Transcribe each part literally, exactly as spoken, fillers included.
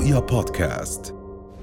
رؤيا بودكاست.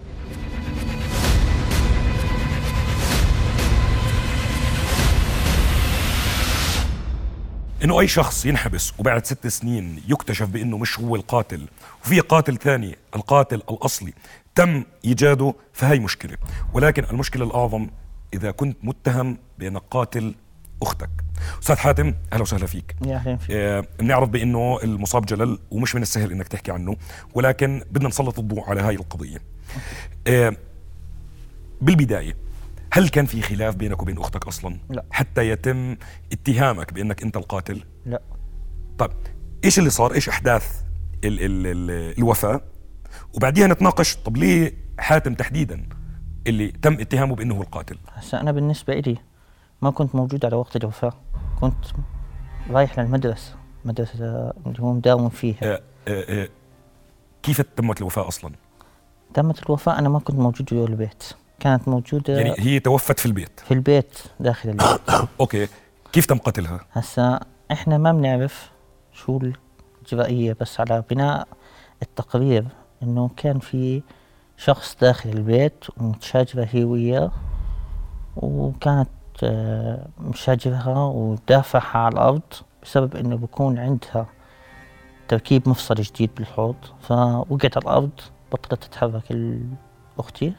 إنه أي شخص ينحبس وبعد ست سنين يكتشف بأنه مش هو القاتل وفي قاتل ثاني القاتل الأصلي تم إيجاده، فهي مشكلة. ولكن المشكلة الأعظم إذا كنت متهم بأنك قاتل أختك. أستاذ حاتم، أهلا وسهلا فيك. يا أهلا فيك. آه بنعرف بأنه المصاب جلال ومش من السهل إنك تحكي عنه، ولكن بدنا نسلط الضوء على هاي القضية. آه بالبداية، هل كان في خلاف بينك وبين أختك أصلا؟ لا. حتى يتم اتهامك بأنك أنت القاتل؟ لا. طيب إيش اللي صار؟ إيش أحداث ال ال ال الوفاة؟ وبعديها نتناقش طب ليه حاتم تحديدا اللي تم اتهامه بأنه هو القاتل؟ هسا أنا بالنسبة إلي ما كنت موجود على وقت الوفاة، كنت رايح للمدرسة، مدرسة اللي هو مداوم فيها. آه آه آه كيف تمت الوفاة أصلا؟ تمت الوفاة أنا ما كنت موجود جوا البيت، كانت موجودة يعني هي توفت في البيت؟ في البيت داخل البيت. أوكي، كيف تم قتلها؟ هسا إحنا ما بنعرف شو الإجرائية، بس على بناء التقرير إنه كان في شخص داخل البيت ومتشاجرة هي وياه، وكانت مشاجرها ودافعها على الأرض بسبب إنه بيكون عندها تركيب مفصل جديد بالحوض، فوقعت على الأرض بطلت تتحرك الأختي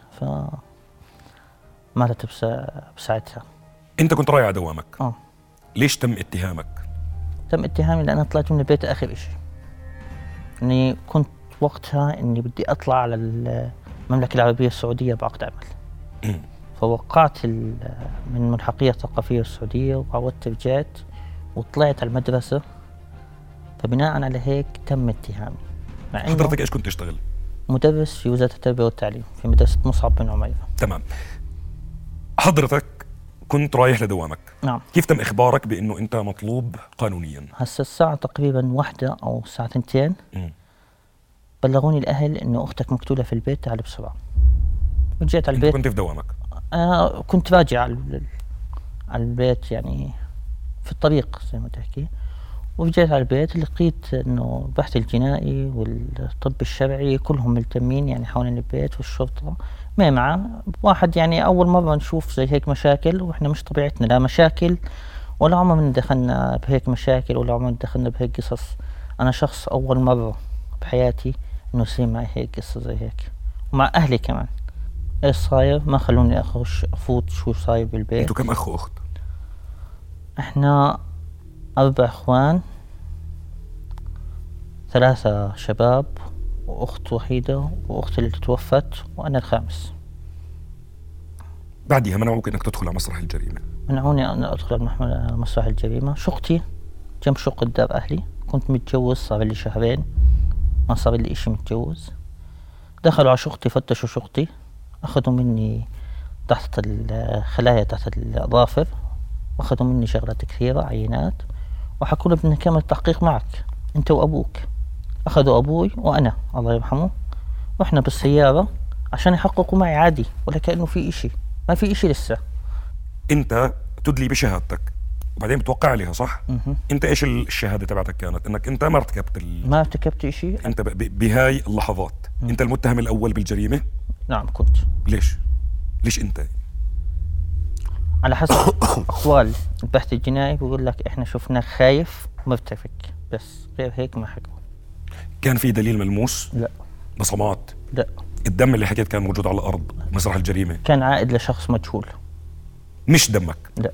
فماتت بساعتها. أنت كنت رايح على دوامك؟ آه. ليش تم اتهامك؟ تم اتهامي لأن طلعت من البيت آخر إشي، إني كنت وقتها إني بدي أطلع على المملكة العربية السعودية بعقد عمل. فوقعت من ملحقية الثقافية السعودية وعودت رجعت وطلعت على المدرسة، فبناء على هيك تم اتهامي. حضرتك ايش كنت تشتغل؟ مدرس في وزارة التربية والتعليم في مدرسة مصعب بن عمير. تمام. حضرتك كنت رايح لدوامك. نعم. كيف تم إخبارك بأنه أنت مطلوب قانونيا؟ هسا الساعة تقريبا واحدة أو الساعة ثنتين بلغوني الأهل إنه أختك مقتولة في البيت، تعال بسرعة. رجعت على البيت. كنت في دوامك؟ أنا كنت راجع على البيت، يعني في الطريق زي ما تحكي، ورجعت على البيت لقيت إنه البحث الجنائي والطب الشرعي كلهم ملتمين يعني حوالين البيت، والشرطة ما معه واحد. يعني أول مرة نشوف زي هيك مشاكل، وإحنا مش طبيعتنا لا مشاكل، ولا عمرنا دخلنا بهيك مشاكل، ولا عمرنا دخلنا بهيك قصص. أنا شخص أول مرة بحياتي إنه يصير معي هيك قصة زي هيك، ومع أهلي كمان. إيش صاير؟ ما خلوني أخش أفوت شو صاير بالبيت. أنتوا كم أخ وأخت؟ إحنا أربع إخوان، ثلاثة شباب وأخت وحيدة، وأخت اللي توفت، وأنا الخامس. بعدها منعوك إنك تدخل على مسرح الجريمة؟ منعوني أن أدخل على مسرح الجريمة. شقتي جنب شقة دار أهلي، كنت متجوز صار لي شهرين، ما صار لي إشي متجوز. دخلوا على شقتي، فتشوا شقتي، أخذوا مني تحت الخلايا تحت الأظافر، وأخذوا مني شغلات كثيرة عينات، وحكوا لي بدنا نكمل التحقيق معك أنت وأبوك. أخذوا أبوي وأنا الله يرحمه، وإحنا بالسيارة عشان يحققوا معي عادي، ولا كأنه في إشي، ما في إشي لسه. أنت تدلي بشهادتك وبعدين بتوقع عليها، صح؟ م-م. أنت إيش الشهادة تبعتك كانت؟ إنك أنت ما ارتكبت ال... ما ارتكبت إشي. أنت ب... بهاي اللحظات م. أنت المتهم الأول بالجريمة؟ نعم كنت. ليش؟ ليش أنت؟ على حسب أقوال البحث الجنائي بيقول لك إحنا شفناك خايف ومرتفق، بس غير هيك ما حكوا. كان في دليل ملموس؟ لا. بصمات؟ لا. الدم اللي حكيت كان موجود على الأرض مسرح الجريمة كان عائد لشخص مجهول، مش دمك؟ لا.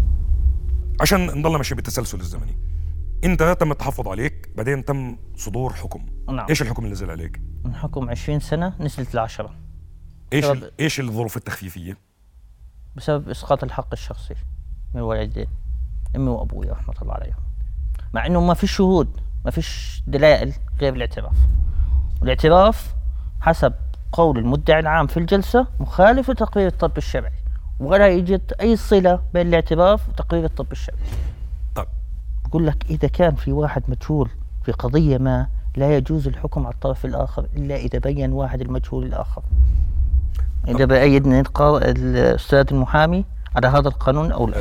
عشان نضل ماشي بالتسلسل الزمني، انت تم التحفظ عليك، بعدين تم صدور حكم. نعم. ايش الحكم اللي نزل عليك؟ من حكم عشرين سنة نزلت لعشرة. ايش ال... ايش الظروف التخفيفية؟ بسبب اسقاط الحق الشخصي من والدين، امي وابوي رحمة الله عليهم، مع انه ما في شهود، ما فيش دلائل غير الاعتراف، والاعتراف حسب قول المدعي العام في الجلسة مخالف لتقرير الطب الشرعي، ولا يوجد اي صلة بين الاعتراف وتقرير الطب الشرعي. طيب بقول لك اذا كان في واحد مجهول في قضية ما، لا يجوز الحكم على الطرف الاخر الا اذا بين واحد المجهول الاخر. إذا بأيدنا الأستاذ المحامي على هذا القانون أو لا.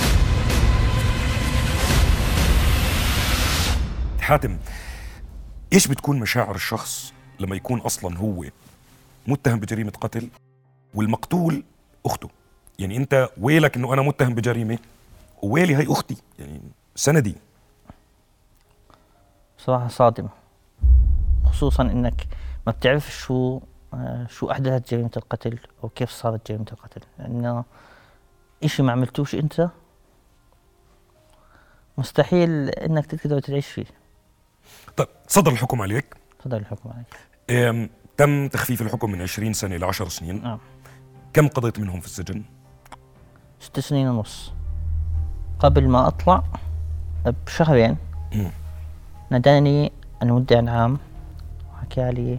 حاتم، إيش بتكون مشاعر الشخص لما يكون أصلا هو متهم بجريمة قتل والمقتول أخته؟ يعني أنت ويلك إنه أنا متهم بجريمة وويلي هي أختي، يعني سندي. بصراحة صادمة، خصوصا إنك ما بتعرف شو آه شو أحدثت جريمة القتل أو كيف صارت جريمة القتل، لأنه إشي ما عملتوش أنت مستحيل إنك تقدر تعيش فيه. طيب صدر الحكم عليك. صدر الحكم عليك. ام تم تخفيف الحكم من عشرين سنة إلى عشر سنين. نعم. كم قضيت منهم في السجن؟ ست سنين ونص. قبل ما أطلع بشهرين م. ناداني المدعي العام وحكى لي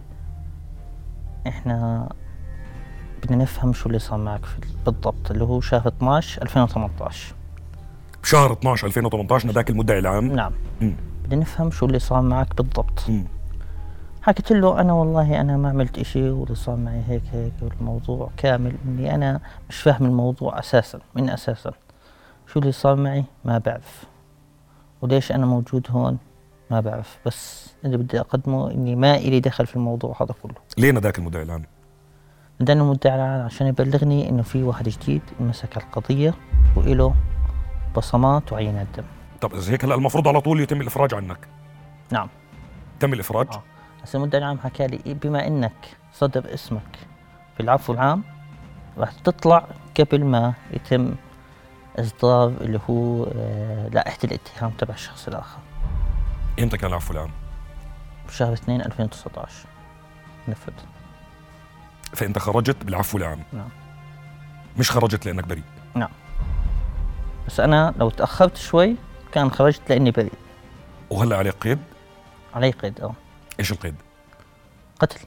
إحنا بدنا نفهم شو اللي صار معك بالضبط، اللي هو شهر اثناشر ألفين وثمانية عشر. بشهر اثناشر ألفين وثمانية عشر ناداك المدعي العام؟ نعم. م. بدنا نفهم شو اللي صار معك بالضبط. م. حكيت له أنا والله أنا ما عملت إشي واللي صار معي هيك هيك، والموضوع كامل إني أنا مش فاهم الموضوع أساسا من أساسا، شو اللي صار معي ما بعرف، وليش أنا موجود هون ما بعرف، بس اللي بدي أقدمه إني ما إلي دخل في الموضوع هذا كله. ليه ناداك المدعي العام؟ نداني المدعي العام عشان يبلغني إنه في واحد جديد مسك القضية وإله بصمات وعينات دم. طب إذا هيك هلا المفروض على طول يتم الإفراج عنك. نعم. تم الإفراج؟ آه. بس المدعي العام حكى لي بما إنك صدر اسمك في العفو العام راح تطلع قبل ما يتم إصدار اللي هو آه لائحة الاتهام تبع الشخص الآخر. إمتى كان العفو العام؟ بشهر اثنين ألفين وتسعة عشر نفذ. فأنت خرجت بالعفو العام؟ نعم. مش خرجت لأنك بريء؟ نعم. بس أنا لو تأخرت شوي كان خرجت لأني بريء. وهلا عليك قيد؟ علي قيد. أه. إيش القيد؟ قتل.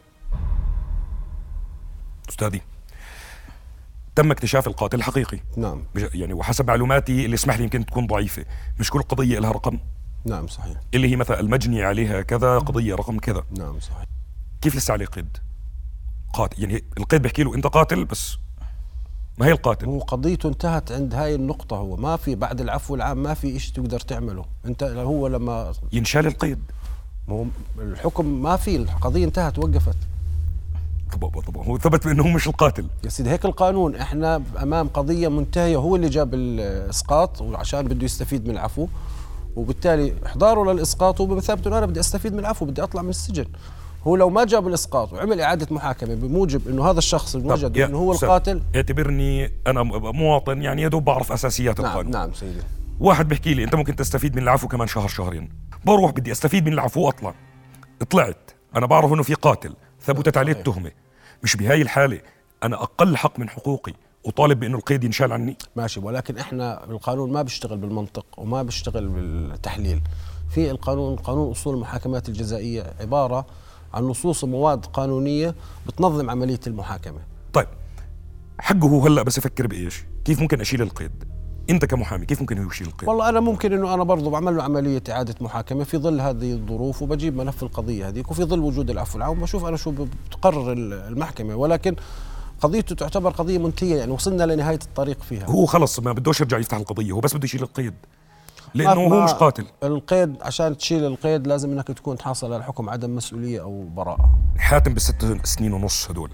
أستاذي تم اكتشاف القاتل الحقيقي. نعم. يعني وحسب معلوماتي اللي اسمح لي يمكن تكون ضعيفة، مش كل قضية لها رقم. نعم صحيح. اللي هي مثلا المجني عليها كذا قضية رقم كذا. نعم صحيح. كيف لسه عليه قيد؟ قاتل يعني القيد بيحكي له أنت قاتل بس ما هي القاتل. هو قضيته انتهت عند هاي النقطة، هو ما في بعد العفو العام ما في إيش تقدر تعمله أنت. هو لما ينشال القيد هو الحكم ما في، القضية انتهت وقفت. طب طب هو ثبت بأنه هو مش القاتل يا سيدي هيك القانون، احنا أمام قضية منتهية، هو اللي جاب الإسقاط وعشان بده يستفيد من العفو، وبالتالي إحضاره للإسقاط وبمثابته أنا بدي أستفيد من العفو، بدي أطلع من السجن. هو لو ما جاب الإسقاط وعمل إعادة محاكمة بموجب إنه هذا الشخص الموجد إنه هو القاتل، اعتبرني أنا مواطن يعني يدوب بعرف أساسيات نعم القانون. نعم سيدي. واحد بيحكي لي أنت ممكن تستفيد من العفو كمان شهر شهرين، بروح بدي أستفيد من العفو أطلع، طلعت أنا بعرف إنه في قاتل ثبتت عليه التهمة، مش بهاي الحالة أنا أقل حق من حقوقي وطالب بأنه القيد ينشال عني؟ ماشي، ولكن إحنا القانون ما بيشتغل بالمنطق وما بيشتغل بالتحليل. في القانون قانون أصول المحاكمات الجزائية عبارة عن نصوص ومواد قانونية بتنظم عملية المحاكمة. طيب حقه هو هلأ بس يفكر بإيش؟ كيف ممكن أشيل القيد؟ أنت كمحامي كيف ممكن هو يشيل القيد؟ والله أنا ممكن إنه أنا برضو بعمل له عملية إعادة محاكمة في ظل هذه الظروف، وبجيب ملف القضية هذيك وفي ظل وجود العفو العام وبشوف أنا شو بتقرر المحكمة، ولكن قضيته تعتبر قضية منتهية، يعني وصلنا لنهاية الطريق فيها. هو خلص ما بدوش يرجع يفتح القضية، هو بس بده يشيل القيد لأنه هو مش قاتل. القيد عشان تشيل القيد لازم إنك تكون تحصل على حكم عدم مسؤولية أو براءة. حاتم بالست سنين ونص هدول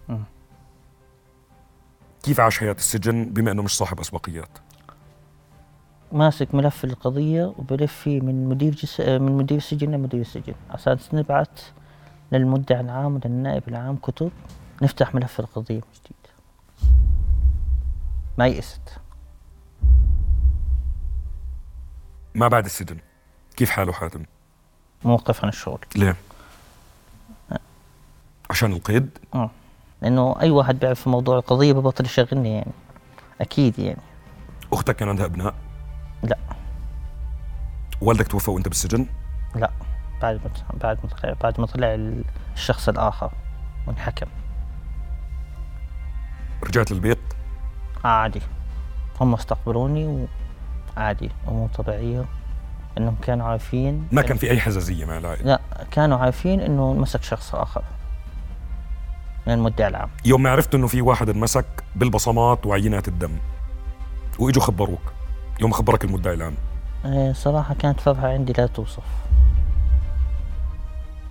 كيف عاش حياة السجن بما أنه مش صاحب أسبقيات؟ ماسك ملف القضية وبلف فيه من مدير جس... من مدير السجن لمدير السجن، عشان نبعث للمدعي العام وللنائب العام كتب نفتح ملف القضية من جديد. ما يئست. ما بعد السجن كيف حاله حاتم؟ موقف عن الشغل. ليه؟ أه. عشان القيد؟ اه لأنه أي واحد بيعرف في موضوع القضية ببطل يشغلني يعني، أكيد يعني. أختك كان عندها أبناء؟ لا. والدك توفى وأنت بالسجن؟ لا، بعد ما بعد ما طلع بعد ما طلع الشخص الآخر وانحكم. رجعت للبيت؟ عادي، هم استقبلوني وعادي أمور طبيعية، إنهم كانوا عارفين. ما كان في أي حزازية مع العائلة؟ لا، كانوا عارفين إنه مسك شخص آخر من المدعي العام. يوم ما عرفت إنه في واحد انمسك بالبصمات وعينات الدم وإجوا خبروك، يوم خبرك المدعي العام؟ صراحة كانت فرحة عندي لا توصف.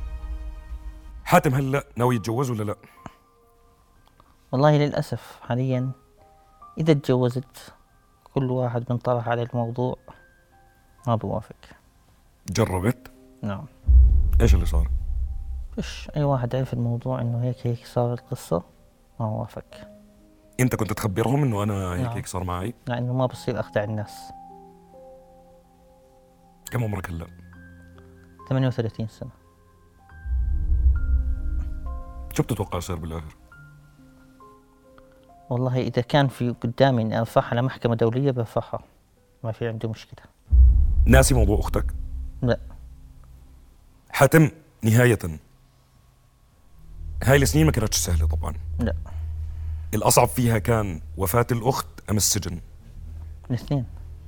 حاتم هلا ناوي يتجوز ولا لا؟ والله للأسف حاليا إذا تجوزت كل واحد من طرح على الموضوع ما بوافق. جربت؟ نعم. ايش اللي صار؟ فيش أي واحد عرف الموضوع إنه هيك هيك صار القصة ما وافق. انت كنت تخبرهم انه انا هيك نعم. هيك صار معي؟ لأنه ما بصير أخدع الناس. كم عمرك هلا؟ ثمانية وثلاثين سنة. شو بتتوقع يصير بالاخر؟ والله إذا كان في قدامي إني أرفعها لمحكمة دولية برفعها، ما في عندي مشكلة. ناسي موضوع اختك؟ لا. حاتم نهاية هاي السنين ما كانتش سهلة طبعا. لا. الأصعب فيها كان وفاة الأخت أم السجن؟ الاثنين.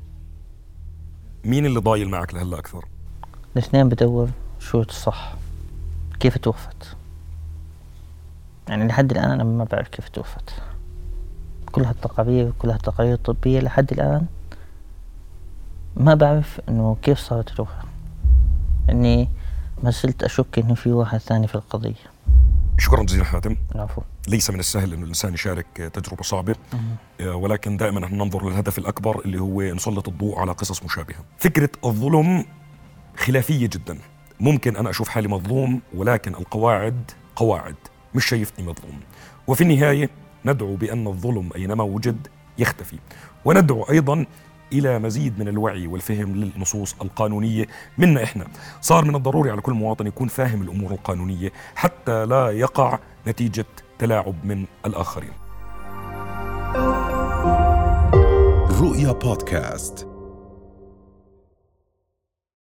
مين اللي ضايل معك لهلا أكثر؟ الاثنين بدور شو الصح، كيف توفت. يعني لحد الآن أنا ما بعرف كيف توفت. كل هالتقارير كل هالتقارير الطبية لحد الآن ما بعرف إنه كيف صارت الوفاة. إني ما زلت أشك إنه في واحد ثاني في القضية. شكرا جزيلا حاتم. العفو. ليس من السهل أن الإنسان يشارك تجربة صعبة، ولكن دائما نحن ننظر للهدف الأكبر اللي هو نسلط الضوء على قصص مشابهة. فكرة الظلم خلافية جدا. ممكن أنا أشوف حالي مظلوم، ولكن القواعد قواعد، مش شايفتني مظلوم. وفي النهاية ندعو بأن الظلم أينما وجد يختفي، وندعو أيضا إلى مزيد من الوعي والفهم للنصوص القانونية منا إحنا. صار من الضروري على كل مواطن يكون فاهم الأمور القانونية حتى لا يقع نتيجة تلاعب من الآخرين. رؤيا بودكاست.